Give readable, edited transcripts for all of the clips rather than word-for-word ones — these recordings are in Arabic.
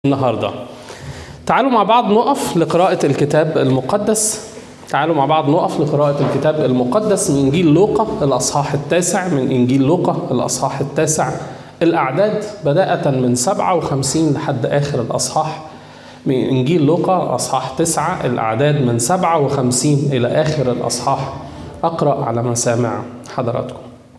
النهاردة تعالوا مع بعض نقف لقراءة الكتاب المقدس. من إنجيل لوقا الأصحاح 9. من إنجيل لوقا الأصحاح 9 الأعداد بداءة من 57 لحد آخر الأصحاح. من إنجيل لوقا أصحاح 9 الأعداد من 57 إلى آخر الأصحاح. أقرأ على مسامع حضراتكم.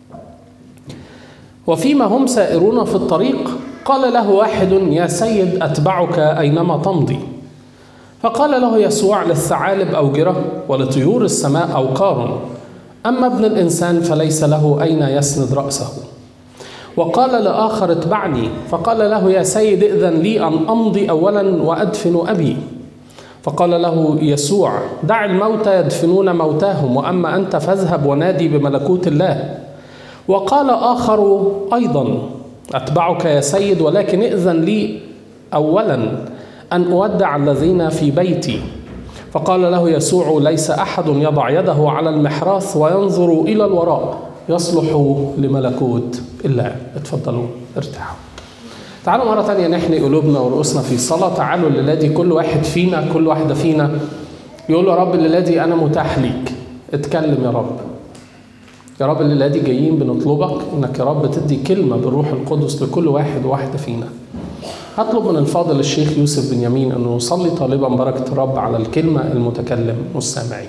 وفيما هم سائرون في الطريق قال له واحد: يا سيد أتبعك أينما تمضي. فقال له يسوع: للثعالب أوجرة ولطيور السماء أوقار، أما ابن الإنسان فليس له أين يسند رأسه. وقال لآخر: اتبعني. فقال له: يا سيد إذن لي أن أمضي أولا وأدفن أبي. فقال له يسوع: دع الموتى يدفنون موتاهم، وأما أنت فاذهب ونادي بملكوت الله. وقال آخر أيضا: أتبعك يا سيد، ولكن إذن لي أولا أن أودع الذين في بيتي. فقال له يسوع: ليس أحد يضع يده على المحراث وينظر إلى الوراء يصلح لملكوت الله. اتفضلوا ارتاحوا. تعالوا مرة تانية نحني قلوبنا ورؤوسنا في صلاة. تعالوا الليلة دي كل واحدة فينا يقول: يا رب الليلة دي أنا متاح ليك، اتكلم يا رب. يا رب الليلة دي جايين بنطلبك انك يا رب تدي كلمة بالروح القدس لكل واحد وواحدة فينا. هطلب من الفاضل الشيخ يوسف بنيامين انه يصلي طالبا بركة الرب على الكلمة، المتكلم والسامعين.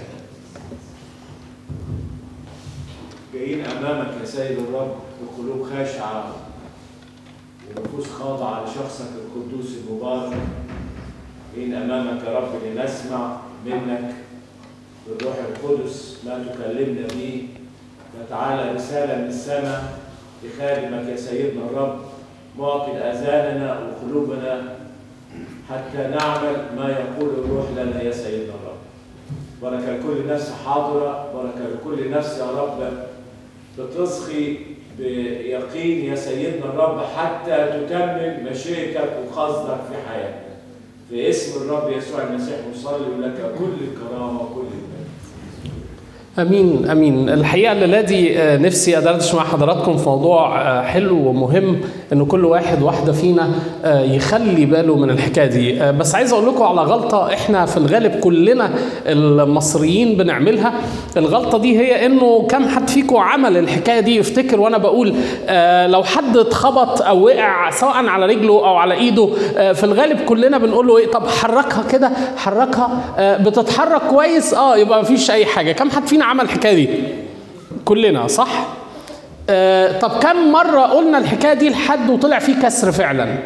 جايين امامك يا سيد الرب بقلوب خاشعة ونفوس خاضعة لشخصك القدوس المبارك. جايين امامك يا رب لنسمع منك بالروح القدس ما تكلمنا به. فتعالى رسالة من السماء لخادمك يا سيدنا الرب، معطي آذاننا وقلوبنا حتى نعمل ما يقول الروح لنا يا سيدنا الرب. بركة لكل نفس حاضرة، بركة لكل نفس يا رب بتصغي بيقين يا سيدنا الرب حتى تتمم مشيئتك وقصدك في حياتنا. في اسم الرب يسوع المسيح نصلي ولك كل الكرامة وكل المجد. امين امين. الحقيقه الليله دي نفسي ادردش مع حضراتكم في موضوع حلو ومهم، انه كل واحده فينا يخلي باله من الحكايه دي. بس عايز اقول لكم على غلطه احنا في الغالب كلنا المصريين بنعملها. الغلطه دي هي انه كم حد فيكم عمل الحكايه دي يفتكر وانا بقول لو حد اتخبط او وقع سواء على رجله او على ايده، في الغالب كلنا بنقول له ايه؟ طب حركها كده، حركها. بتتحرك كويس؟ يبقى مفيش اي حاجه. كم حد فينا عمل الحكايه دي؟ كلنا، صح؟ طب كم مره قلنا الحكايه دي لحد وطلع فيه كسر فعلا؟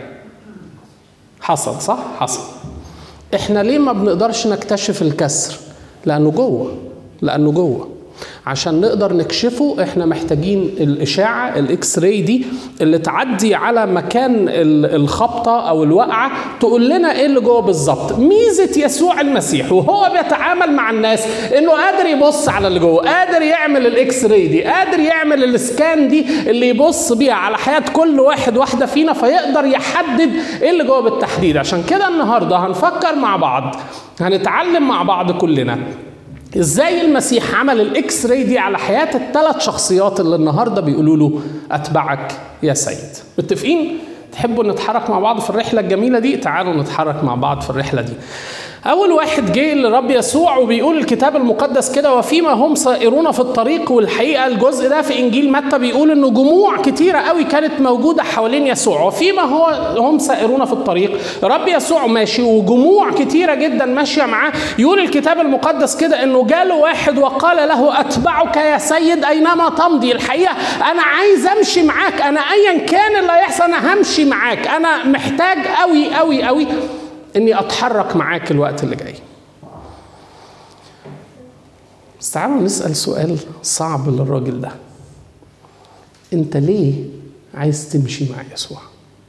حصل، صح؟ حصل. احنا ليه ما بنقدرش نكتشف الكسر؟ لانه جوه. عشان نقدر نكشفه احنا محتاجين الاشعه الاكس راي دي اللي تعدي على مكان الخبطه او الوقعه تقول لنا ايه اللي جوه بالظبط. ميزه يسوع المسيح وهو بيتعامل مع الناس انه قادر يبص على اللي جوه، قادر يعمل الاكس راي دي، قادر يعمل الاسكان دي اللي يبص بيها على حياه كل واحده فينا، فيقدر يحدد ايه اللي جوه بالتحديد. عشان كده النهارده هنفكر مع بعض، هنتعلم مع بعض كلنا ازاي المسيح عمل الاكس راي دي على حياة الثلاث شخصيات اللي النهارده بيقولوا له اتبعك يا سيد. متفقين؟ تحبوا نتحرك مع بعض في الرحلة الجميلة دي؟ تعالوا نتحرك مع بعض في الرحلة دي. أول واحد جه للرب يسوع وبيقول الكتاب المقدس كده: وفيما هم سائرون في الطريق. والحقيقة الجزء ده في إنجيل متى بيقول إنه جموع كتيرة قوي كانت موجودة حوالين يسوع. وفيما هم سائرون في الطريق، رب يسوع ماشي وجموع كتيرة جدا ماشية معاه. يقول الكتاب المقدس كده إنه جاله واحد وقال له: أتبعك يا سيد أينما تمضي. الحقيقة أنا عايز أمشي معاك، أنا أيا كان اللي هيحصل أنا همشي معاك، أنا محتاج قوي قوي قوي اني اتحرك معاك الوقت اللي جاي. بس تعالوا نسأل سؤال صعب للراجل ده: انت ليه عايز تمشي مع يسوع؟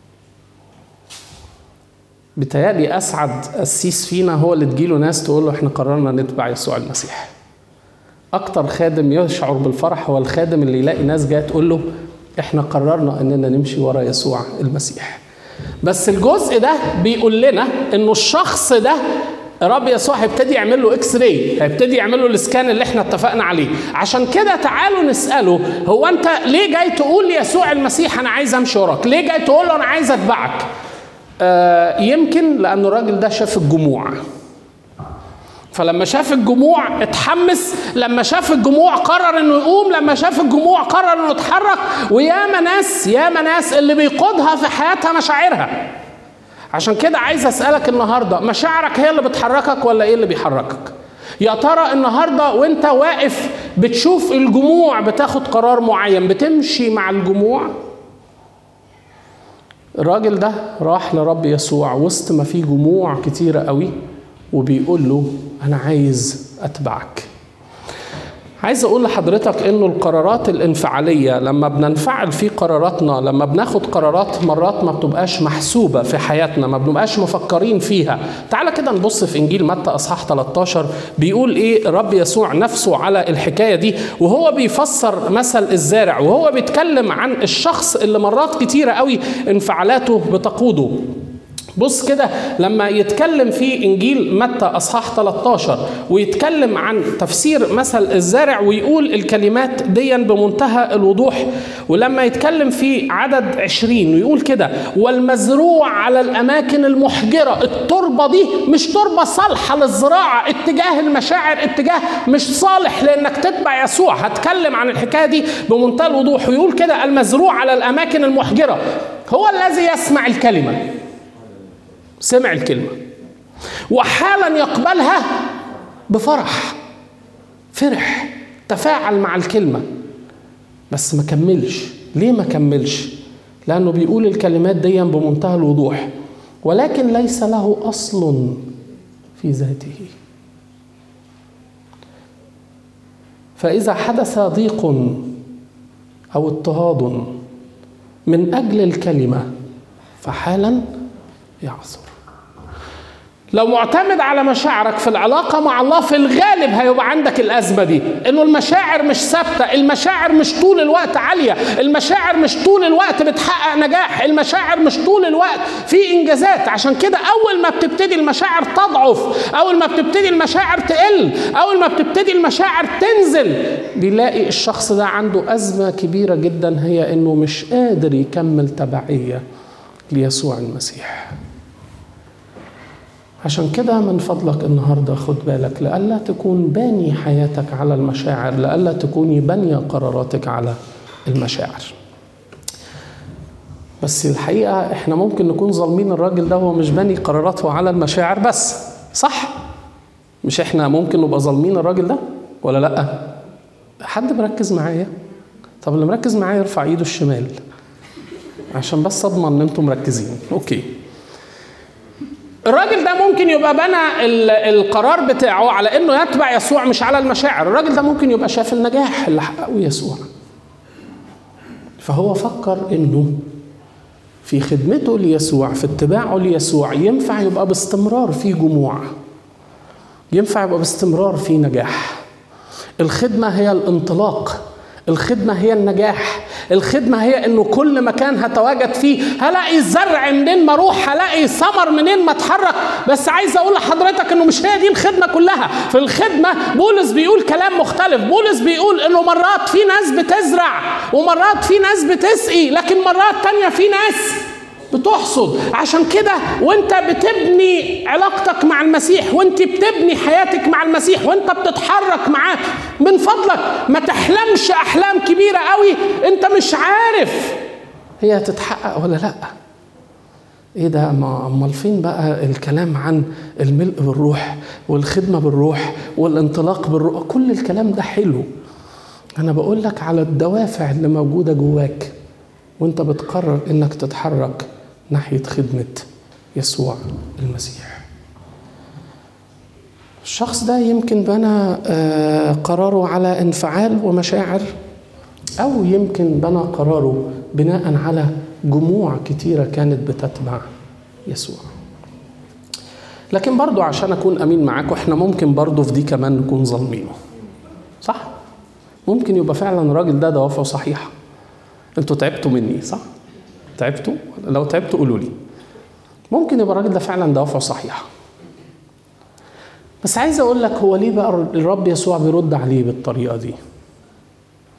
بتهيألي اسعد قسيس فينا هو اللي تجيله ناس تقول له احنا قررنا نتبع يسوع المسيح. اكتر خادم يشعر بالفرح هو الخادم اللي يلاقي ناس جايه تقول له احنا قررنا اننا نمشي ورا يسوع المسيح. بس الجزء ده بيقول لنا انه الشخص ده الرب يسوع هيبتدي يعمل له اكس راي، هيبتدي يعمل له الاسكان اللي احنا اتفقنا عليه. عشان كده تعالوا نساله: هو انت ليه جاي تقول ليسوع المسيح انا عايز امشي وراك؟ ليه جاي تقول له انا عايز اتبعك؟ يمكن لأن الراجل ده شاف الجموع، فلما شاف الجموع اتحمس، لما شاف الجموع قرر انه يقوم، لما شاف الجموع قرر انه يتحرك. وياما ناس اللي بيقودها في حياتها مشاعرها. عشان كده عايز اسألك النهاردة، مشاعرك هي اللي بتحركك ولا ايه اللي بيحركك؟ يا ترى النهاردة وانت واقف بتشوف الجموع بتاخد قرار معين، بتمشي مع الجموع؟ الراجل ده راح لرب يسوع وسط ما فيه جموع كتيرة قوي وبيقول له أنا عايز أتبعك. عايز أقول لحضرتك إنه القرارات الانفعالية لما بننفعل في قراراتنا، لما بناخد قرارات مرات ما بتبقاش محسوبة في حياتنا، ما بنبقاش مفكرين فيها. تعال كده نبص في إنجيل متى أصحاح 13 بيقول إيه رب يسوع نفسه على الحكاية دي، وهو بيفسر مثل الزارع، وهو بيتكلم عن الشخص اللي مرات كتيرة قوي انفعالاته بتقوده. بص كده لما يتكلم في إنجيل متى أصحاح 13 ويتكلم عن تفسير مثل الزارع ويقول الكلمات دي بمنتهى الوضوح. ولما يتكلم في عدد 20 ويقول كده والمزروع على الأماكن المحجرة، التربة دي مش تربة صالحة للزراعة، اتجاه المشاعر اتجاه مش صالح لأنك تتبع يسوع. هتكلم عن الحكاية دي بمنتهى الوضوح ويقول كده المزروع على الأماكن المحجرة هو الذي يسمع الكلمة، سمع الكلمة وحالا يقبلها بفرح، فرح، تفاعل مع الكلمة، بس ما كملش. ليه ما كملش؟ لأنه بيقول الكلمات دي بمنتهى الوضوح ولكن ليس له أصل في ذاته. فإذا حدث ضيق أو اضطهاد من أجل الكلمة فحالا يعثر. لو معتمد على مشاعرك في العلاقة مع الله في الغالب هيبقى عندك الأزمة دي، إنه المشاعر مش ثابتة، المشاعر مش طول الوقت عالية، المشاعر مش طول الوقت بتحقق نجاح، المشاعر مش طول الوقت في إنجازات. عشان كده أول ما بتبتدي المشاعر تضعف، أول ما بتبتدي المشاعر تقل، أول ما بتبتدي المشاعر تنزل، بيلاقي الشخص ده عنده أزمة كبيرة جدا، هي إنه مش قادر يكمل تبعية ليسوع المسيح. عشان كده من فضلك النهاردة خد بالك لألا تكون باني حياتك على المشاعر، لألا تكوني بانية قراراتك على المشاعر. بس الحقيقة احنا ممكن نكون ظالمين الراجل ده، هو مش باني قراراته على المشاعر بس، صح؟ مش احنا ممكن نبقى ظالمين الراجل ده ولا لأ؟ حد مركز معايا؟ طب اللي مركز معايا يرفع ايده الشمال عشان بس اضمن ان انتم مركزين. اوكي، الراجل ده ممكن يبقى بنى القرار بتاعه على انه يتبع يسوع مش على المشاعر. الراجل ده ممكن يبقى شاف النجاح اللي حققه يسوع، فهو فكر انه في خدمته ليسوع، في اتباعه ليسوع، ينفع يبقى باستمرار في جموع، ينفع يبقى باستمرار في نجاح. الخدمة هي الانطلاق، الخدمة هي النجاح، الخدمة هي انه كل مكان هتواجد فيه هلاقي الزرع منين ما اروح، هلاقي ثمر منين ما اتحرك. بس عايز اقول لحضرتك انه مش هي دي الخدمة كلها. في الخدمة بولس بيقول كلام مختلف. بولس بيقول انه مرات في ناس بتزرع ومرات في ناس بتسقي، لكن مرات تانية في ناس بتحصد. عشان كده وانت بتبني علاقتك مع المسيح، وانت بتبني حياتك مع المسيح، وانت بتتحرك معاه، من فضلك ما تحلمش احلام كبيرة قوي انت مش عارف هي هتتحقق ولا لا. ايه ده؟ امال فين بقى الكلام عن الملء بالروح والخدمة بالروح والانطلاق بالروح؟ كل الكلام ده حلو، انا بقول لك على الدوافع اللي موجودة جواك وانت بتقرر انك تتحرك ناحية خدمة يسوع المسيح. الشخص ده يمكن بنى قراره على انفعال ومشاعر، او يمكن بنى قراره بناء على جموع كتيرة كانت بتتبع يسوع. لكن برضو عشان اكون امين معاكم، احنا ممكن برضو في دي كمان نكون ظالمينه، صح؟ ممكن يبقى فعلا الراجل ده دوافعه صحيحة. انتوا تعبتوا مني، صح؟ تعبتوا؟ لو تعبتوا قولوا لي. ممكن يبقى الراجل ده فعلا دوافعه صحيحة، بس عايز اقول لك هو ليه بقى الرب يسوع بيرد عليه بالطريقة دي؟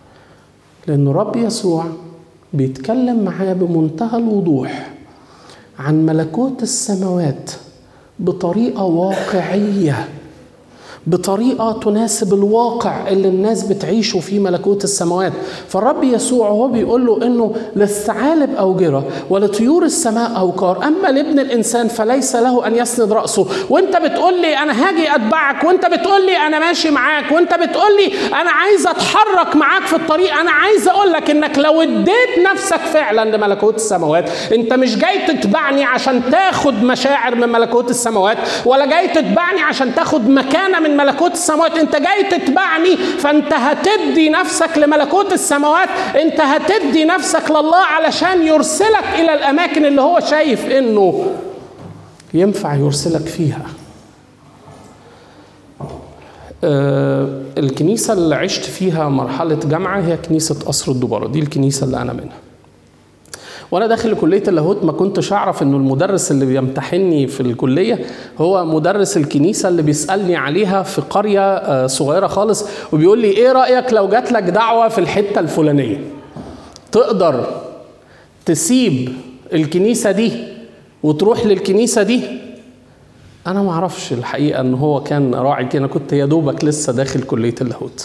لأنه الرب يسوع بيتكلم معاه بمنتهى الوضوح عن ملكوت السماوات بطريقة واقعية، بطريقة تناسب الواقع اللي الناس بتعيشه في ملكوت السماوات. فالرب يسوع هو بيقول له انه للثعالب أوجرة ولطيور السماء أوقار، أما لابن الإنسان فليس له أن يسند رأسه. وانت بتقول لي أنا هاجي أتبعك، وانت بتقول لي أنا ماشي معاك، وانت بتقول لي أنا عايز أتحرك معاك في الطريق. أنا عايز أقول لك إنك لو اديت نفسك فعلا لملكوت السماوات، انت مش جاي تتبعني عشان تاخد مشاعر من ملكوت السماوات، ولا جاي تتبعني عشان تاخد مكانة من ملكوت السماوات. انت جاي تتبعني، فانت هتدي نفسك لملكوت السماوات، انت هتدي نفسك لله علشان يرسلك الى الاماكن اللي هو شايف انه ينفع يرسلك فيها. الكنيسة اللي عشت فيها مرحلة جامعة هي كنيسة قصر الدبارة، دي الكنيسة اللي أنا منها. وانا داخل كليه اللاهوت ما كنتش اعرف انه المدرس اللي بيمتحني في الكليه هو مدرس الكنيسه اللي بيسالني عليها في قريه صغيره خالص، وبيقول لي ايه رايك لو جات لك دعوه في الحته الفلانيه، تقدر تسيب الكنيسه دي وتروح للكنيسه دي؟ انا ما اعرفش الحقيقه ان هو كان راعي كده، انا كنت يا دوبك لسه داخل كليه اللاهوت.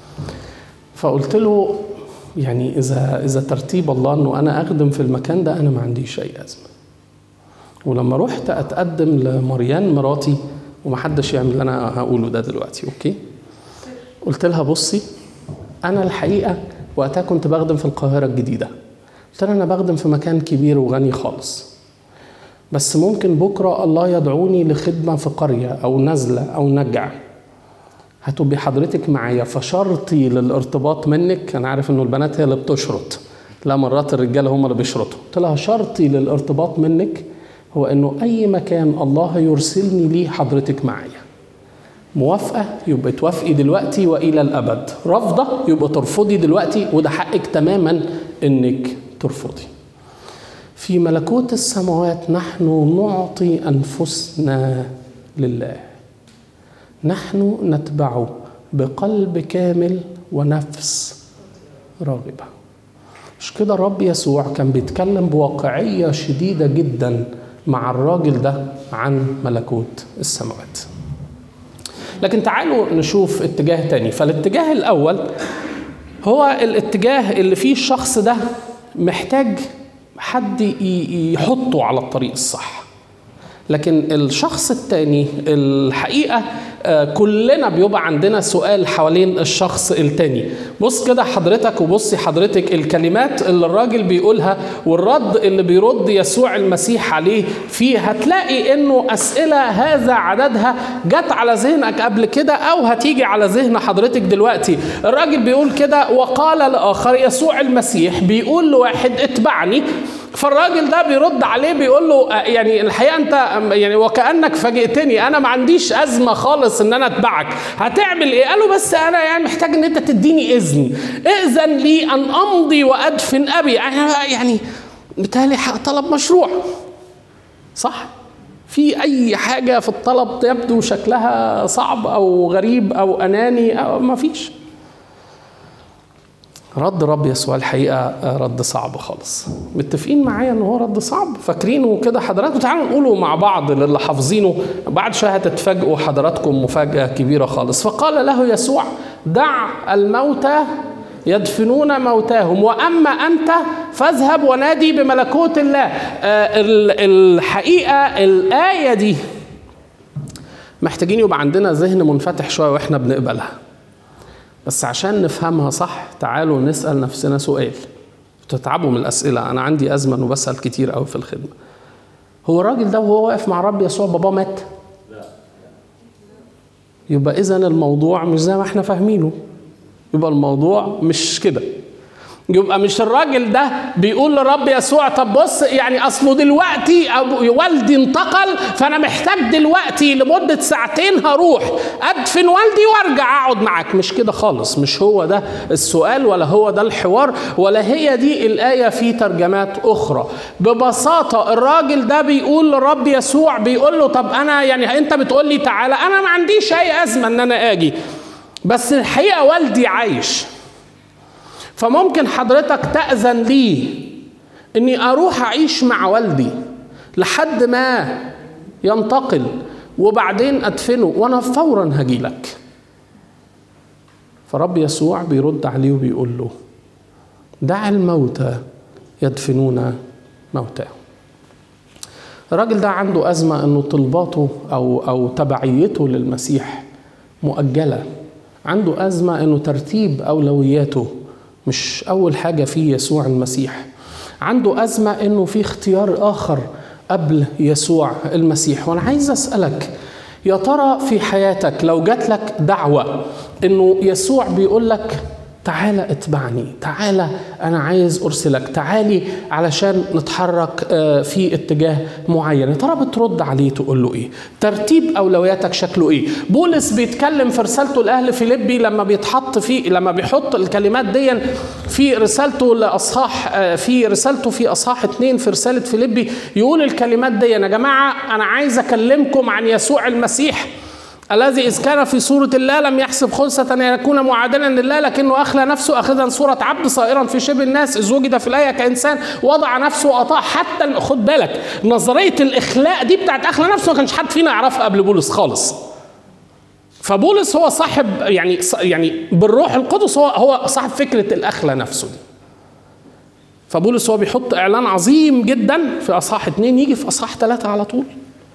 فقلت له يعني إذا ترتيب الله أنه أنا أخدم في المكان ده، أنا ما عنديش أي أزمة. ولما رحت أتقدم لمريان مراتي، ومحدش يعمل اللي أنا هقوله ده دلوقتي، أوكي؟ قلت لها بصي، أنا الحقيقة وقتها كنت بخدم في القاهرة الجديدة. قلت لها أنا بخدم في مكان كبير وغني خالص، بس ممكن بكرة الله يدعوني لخدمة في قرية أو نزلة أو نجع، هتبقي حضرتك معايا. فشرطي للارتباط منك، انا عارف انه البنات هي اللي بتشرط، لا مرات الرجاله هم اللي بيشرطوا. قلت لها شرطي للارتباط منك هو انه اي مكان الله يرسلني ليه حضرتك معايا. موافقه يبقى توافقي دلوقتي والى الابد، رافضه يبقى ترفضي دلوقتي، وده حقك تماما انك ترفضي. في ملكوت السماوات نحن نعطي انفسنا لله، نحن نتبعه بقلب كامل ونفس راغبة. مش كده الرب يسوع كان بيتكلم بواقعية شديدة جدا مع الراجل ده عن ملكوت السماوات. لكن تعالوا نشوف اتجاه تاني. فالاتجاه الأول هو الاتجاه اللي فيه الشخص ده محتاج حد يحطه على الطريق الصح. لكن الشخص التاني الحقيقة كلنا بيبقى عندنا سؤال حوالين الشخص التاني. بص كده حضرتك وبصي حضرتك الكلمات اللي الراجل بيقولها والرد اللي بيرد يسوع المسيح عليه فيه، هتلاقي انه اسئلة هذا عددها جت على ذهنك قبل كده او هتيجي على ذهن حضرتك دلوقتي. الراجل بيقول كده وقال لآخر، يسوع المسيح بيقول لواحد اتبعني، فالراجل ده بيرد عليه بيقول له يعني الحقيقة انت يعني وكأنك فاجئتني، انا ما عنديش ازمة خالص ان انا اتبعك، هتعمل ايه؟ قال له بس انا يعني محتاج ان انت تديني اذن، ائذن لي ان امضي وادفن ابي. يعني بالتالي طلب مشروع، صح؟ في اي حاجة في الطلب يبدو شكلها صعب او غريب او اناني او ما فيش. رد رب يسوع الحقيقة رد صعب خالص. متفقين معايا ان هو رد صعب؟ فاكرينه كده حضراتكم؟ تعالوا نقوله مع بعض للي حافظينه، بعد شوية هتتفاجئوا حضراتكم مفاجأة كبيرة خالص. فقال له يسوع دع الموتى يدفنون موتاهم، وأما أنت فاذهب ونادي بملكوت الله. الحقيقة الآية دي محتاجين يبقى عندنا ذهن منفتح شوية وإحنا بنقبلها، بس عشان نفهمها صح تعالوا نسأل نفسنا سؤال. تتعبوا من الأسئلة، أنا عندي أزمة إنه بسأل كتير قوي في الخدمة. هو الراجل ده وهو واقف مع رب يسوع باباه مات؟ يبقى إذن الموضوع مش زي ما احنا فاهمينه، يبقى الموضوع مش كده. يبقى مش الراجل ده بيقول لرب يسوع طب بص يعني اصله دلوقتي والدي انتقل، فانا محتاج دلوقتي لمدة ساعتين هروح ادفن والدي وارجع اقعد معاك. مش كده خالص، مش هو ده السؤال ولا هو ده الحوار ولا هي دي الآية في ترجمات اخرى. ببساطة الراجل ده بيقول لرب يسوع، بيقول له طب انا يعني انت بتقول لي تعالى، انا ما عنديش اي ازمة ان انا اجي، بس الحقيقة والدي عايش، فممكن حضرتك تأذن لي اني اروح اعيش مع والدي لحد ما ينتقل، وبعدين أدفنه وأنا فورا هجيلك. فرب يسوع بيرد عليه وبيقول له دع الموتى يدفنون موتاهم. الراجل ده عنده أزمة أنه طلباته أو تبعيته للمسيح مؤجلة. عنده أزمة أنه ترتيب أولوياته مش أول حاجة فيه يسوع المسيح. عنده أزمة أنه في اختيار آخر قبل يسوع المسيح. وأنا عايز أسألك، يا ترى في حياتك لو جات لك دعوة أنه يسوع بيقول لك تعالى اتبعني، تعالى أنا عايز أرسلك، تعالي علشان نتحرك في اتجاه معين، يا ترى بترد عليه تقول له إيه؟ ترتيب أولوياتك شكله إيه؟ بولس بيتكلم في رسالته لأهل فيليبي لما بيحط الكلمات دي في رسالته لأصحاح في أصحاح 2 في رسالة فيليبي، يقول الكلمات دي: يا جماعة أنا عايز أكلمكم عن يسوع المسيح الذي إذ كان في صورة الله لم يحسب خلصة أن يكون معادلا لله، لكنه أخلى نفسه أخذا صورة عبد صائرا في شبه الناس، إذ وجد في الآية كإنسان وضع نفسه وأطاع حتى. خد بالك، نظرية الإخلاء دي بتاعت أخلى نفسه ما كانش حد فينا يعرفها قبل بولس خالص. فبولس هو صاحب يعني بالروح القدس هو صاحب فكرة الأخلى نفسه دي. فبولس هو بيحط إعلان عظيم جدا في أصحاح 2، يجي في أصحاح 3 على طول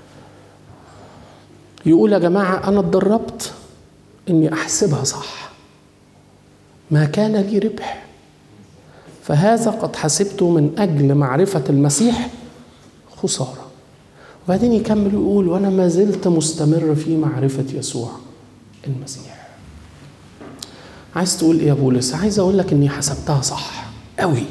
يقول: يا جماعة أنا اتدربت إني أحسبها صح، ما كان لي ربح فهذا قد حسبته من أجل معرفة المسيح خسارة. وبعدين يكمل ويقول: وأنا ما زلت مستمر في معرفة يسوع المسيح. عايز تقول إيه يا بولس؟ عايز أقول لك إني حسبتها صح قوي.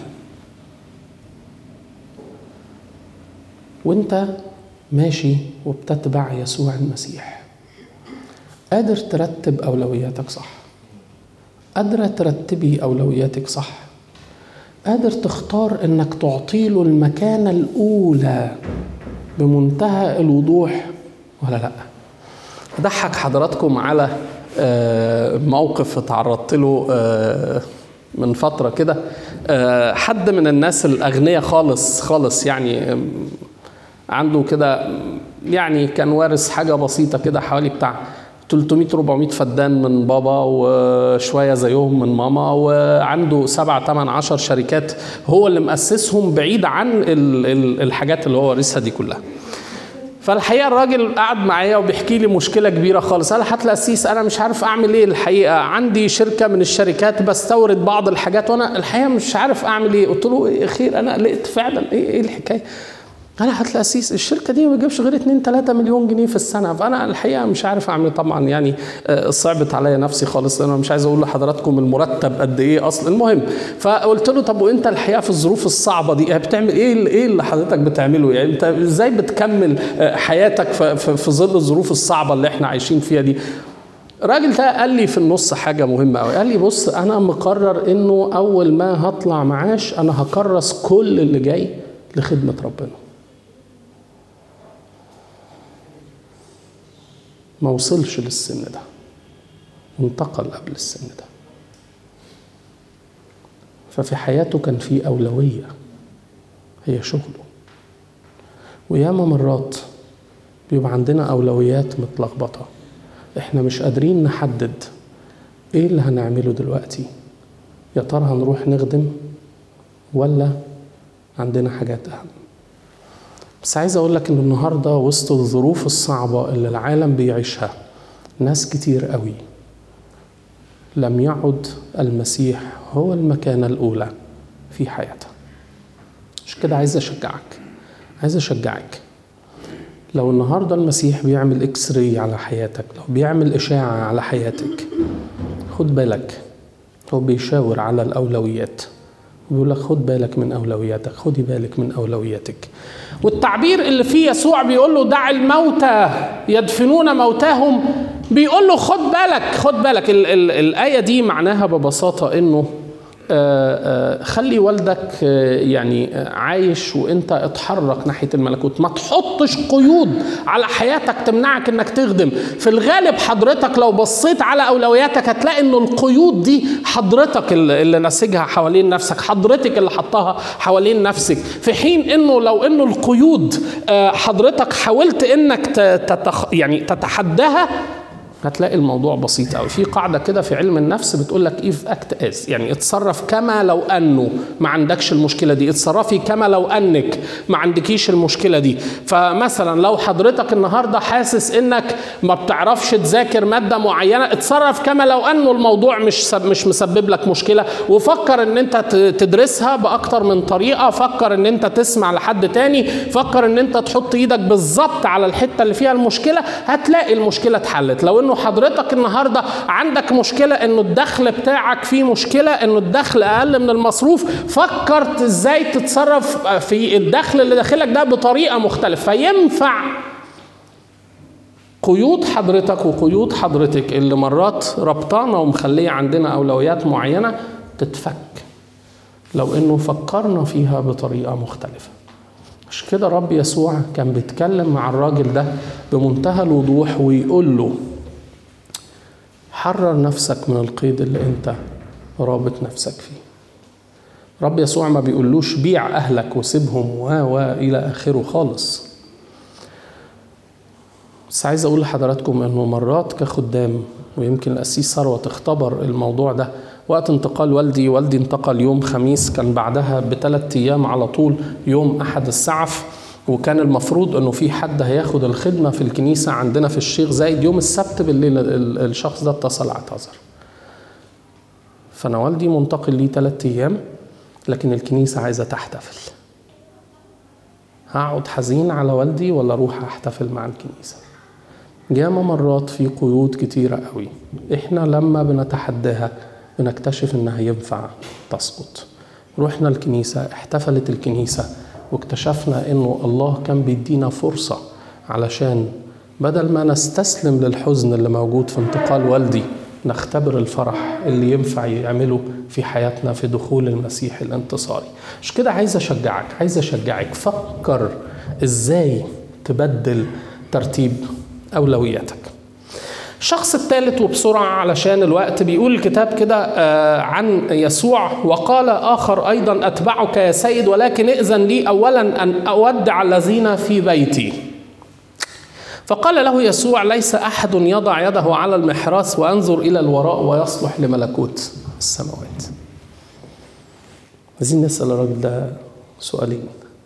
وانت ماشي وبتتبع يسوع المسيح، قادر ترتب أولوياتك صح، قادرة ترتبي أولوياتك صح، قادر تختار انك تعطيله المكانة الأولى بمنتهى الوضوح ولا لا؟ أضحك حضراتكم على موقف تعرضت له من فترة كده. حد من الناس الأغنياء خالص يعني عنده كده، يعني كان وارث حاجة بسيطة كده، حوالي بتاع 300-400 فدان من بابا وشوية زيهم من ماما، وعنده 7-8-10 شركات هو اللي مؤسسهم بعيد عن الحاجات اللي هو وارثها دي كلها. فالحقيقة الراجل قعد معايا وبيحكي لي مشكلة كبيرة خالص. قال: حتى الأسيس أنا مش عارف أعمل إيه، الحقيقة عندي شركة من الشركات بستورد بعض الحاجات وأنا الحقيقة مش عارف أعمل إيه. قلت له: خير، أنا قلقت فعلا، إيه الحكاية؟ قال: حتى الأسيس الشركة دي ما بتجيبش غير 2-3 مليون جنيه في السنة، فأنا الحقيقة مش عارف أعمل. طبعا يعني صعبت عليا نفسي خالص، أنا مش عايز أقول لحضراتكم المرتب قد إيه أصلا. المهم، فقلت له: طب وأنت الحقيقة في الظروف الصعبة دي بتعمل إيه اللي حضرتك بتعمله؟ يعني أنت إزاي بتكمل حياتك في ظل الظروف الصعبة اللي إحنا عايشين فيها دي؟ الراجل ده قال لي في النص حاجة مهمة قوي. قال لي: بص، أنا مقرر إنه أول ما هطلع معاش أنا هكرس كل اللي جاي لخدمة ربنا. ما وصلش للسن ده، انتقل قبل السن ده. ففي حياته كان في أولوية هي شغله. وياما مرات بيبقى عندنا أولويات متلخبطة، احنا مش قادرين نحدد ايه اللي هنعمله دلوقتي. يا ترى هنروح نخدم ولا عندنا حاجات أهم؟ بس عايز أقول لك إن النهاردة وسط الظروف الصعبة اللي العالم بيعيشها، ناس كتير قوي لم يعد المسيح هو المكانة الأولى في حياتها. مش كده؟ عايز أشجعك لو النهاردة المسيح بيعمل إكس-راي على حياتك، لو بيعمل إشاعة على حياتك، خد بالك، هو بيشاور على الأولويات، بيقول لك خد بالك من أولوياتك، خدي بالك من أولوياتك. والتعبير اللي فيه يسوع بيقول له: دع الموتى يدفنون موتاهم، بيقول له خد بالك. الآية دي معناها ببساطة إنه خلي والدك يعني عايش وانت اتحرك ناحية الملكوت. ما تحطش قيود على حياتك تمنعك انك تخدم. في الغالب حضرتك لو بصيت على اولوياتك هتلاقي انه القيود دي حضرتك اللي نسجها حوالين نفسك، حضرتك اللي حطها حوالين نفسك، في حين انه لو انه القيود حضرتك حاولت انك يعني تتحداها هتلاقي الموضوع بسيط قوي. في قاعدة كده في علم النفس بتقول لك if act as، يعني اتصرف كما لو انه ما عندكش المشكلة دي، اتصرفي كما لو انك ما عندكيش المشكلة دي. فمثلا لو حضرتك النهاردة حاسس انك ما بتعرفش تذاكر مادة معينة، اتصرف كما لو انه الموضوع مش مسبب لك مشكلة، وفكر ان انت تدرسها باكتر من طريقة، فكر ان انت تسمع لحد تاني، فكر ان انت تحط ايدك بالظبط على الحتة اللي فيها المشكلة، هتلاقي المشكلة اتحلت. لو انه حضرتك النهاردة عندك مشكلة انه الدخل بتاعك فيه مشكلة، انه الدخل اقل من المصروف، فكرت ازاي تتصرف في الدخل اللي داخلك ده بطريقة مختلفة. فينفع قيود حضرتك وقيود حضرتك اللي مرات ربطانا ومخلية عندنا اولويات معينة تتفك لو انه فكرنا فيها بطريقة مختلفة. مش كده رب يسوع كان بيتكلم مع الراجل ده بمنتهى الوضوح ويقول له حرر نفسك من القيد اللي انت رابط نفسك فيه. رب يسوع ما بيقولوش بيع اهلك وسيبهم الى اخره خالص. بس عايز اقول لحضراتكم انه مرات كخدام، ويمكن القسيس ثروت اختبر الموضوع ده وقت انتقال والدي انتقل يوم خميس، كان بعدها ب3 أيام على طول يوم احد السعف، وكان المفروض انه في حد هياخد الخدمة في الكنيسة عندنا في الشيخ زايد يوم السبت بالليل. الشخص ده اتصل اعتذر، فانا والدي منتقل لي 3 أيام، لكن الكنيسة عايزة تحتفل. هقعد حزين على والدي ولا اروح احتفل مع الكنيسة؟ جاما مرات في قيود كتيرة قوي احنا لما بنتحداها بنكتشف انها ينفع تسقط. رحنا الكنيسة، احتفلت الكنيسة، واكتشفنا انه الله كان بيدينا فرصة علشان بدل ما نستسلم للحزن اللي موجود في انتقال والدي نختبر الفرح اللي ينفع يعمله في حياتنا في دخول المسيح الانتصاري. مش كده عايز اشجعك فكر ازاي تبدل ترتيب اولوياتك. الشخص الثالث وبسرعة علشان الوقت، بيقول الكتاب كده عن يسوع: وقال آخر أيضا أتبعك يا سيد، ولكن ائذن لي أولا أن أودع الذين في بيتي. فقال له يسوع: ليس أحد يضع يده على المحراث وينظر إلى الوراء ويصلح لملكوت السماوات. عايزين نسأل الراجل ده سؤالين.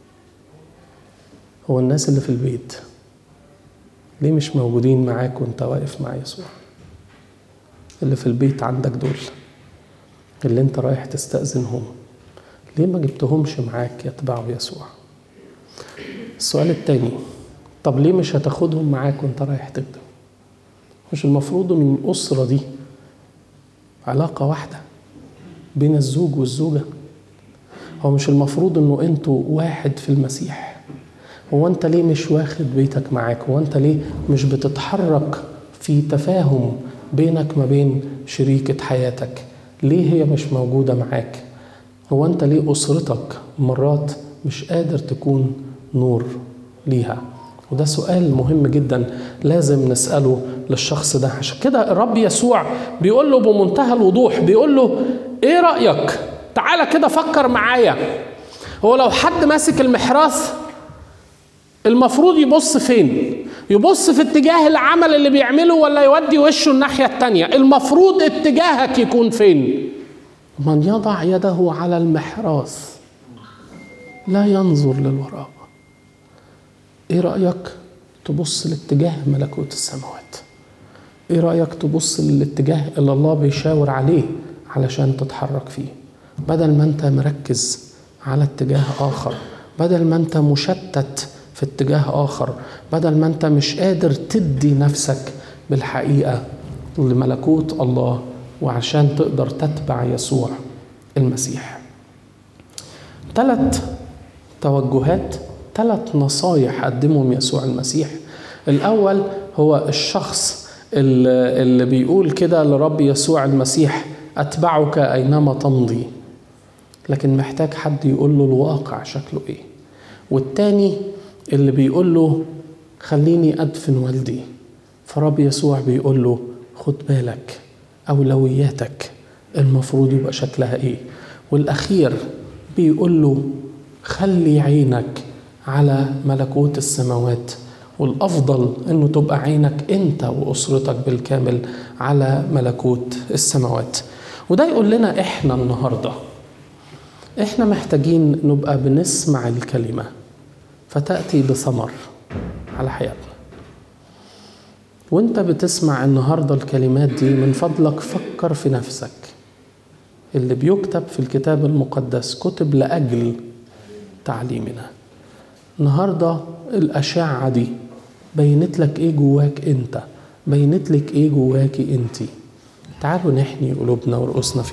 هو الناس اللي في البيت ليه مش موجودين معاك وانت واقف مع يسوع؟ اللي في البيت عندك دول اللي انت رايح تستأذنهم، ليه ما جبتهمش معاك يتبعوا يسوع؟ السؤال التاني: طب ليه مش هتاخدهم معاك وانت رايح تخدم؟ مش المفروض ان الأسرة دي علاقة واحدة بين الزوج والزوجة؟ هو مش المفروض انه انتوا واحد في المسيح؟ هو انت ليه مش واخد بيتك معاك؟ هو انت ليه مش بتتحرك في تفاهم بينك ما بين شريكة حياتك؟ ليه هي مش موجودة معاك؟ هو انت ليه أسرتك مرات مش قادر تكون نور ليها؟ وده سؤال مهم جدا لازم نسأله للشخص ده. عشان كده الرب يسوع بيقول له بمنتهى الوضوح، بيقول له: ايه رأيك؟ تعالى كده فكر معايا. هو لو حد ماسك المحراث المفروض يبص فين؟ يبص في اتجاه العمل اللي بيعمله ولا يودي وشه الناحية التانية؟ المفروض اتجاهك يكون فين؟ من يضع يده على المحراث لا ينظر للوراء. ايه رأيك تبص لاتجاه ملكوت السماوات؟ ايه رأيك تبص للاتجاه اللي الله بيشاور عليه علشان تتحرك فيه، بدل ما انت مركز على اتجاه آخر، بدل ما انت مشتت في اتجاه آخر، بدل ما انت مش قادر تدي نفسك بالحقيقة لملكوت الله وعشان تقدر تتبع يسوع المسيح. 3 توجهات، 3 نصايح قدمهم يسوع المسيح. الأول هو الشخص اللي بيقول كده لرب يسوع المسيح: أتبعك أينما تمضي لكن محتاج حد يقول له الواقع شكله ايه. والتاني اللي بيقول له خليني أدفن والدي، فرب يسوع بيقول له خد بالك أولوياتك المفروض يبقى شكلها ايه. والأخير بيقول له خلي عينك على ملكوت السماوات، والأفضل أنه تبقى عينك أنت وأسرتك بالكامل على ملكوت السماوات. وده يقول لنا إحنا النهاردة إحنا محتاجين نبقى بنسمع الكلمة فتأتي بثمر على حياتنا. وانت بتسمع النهاردة الكلمات دي من فضلك فكر في نفسك. اللي بيكتب في الكتاب المقدس كتب لأجل تعليمنا. النهاردة الأشعة دي بينت لك ايه جواك انت، بينت لك ايه جواكي انتي. تعالوا نحني قلوبنا ورقصنا في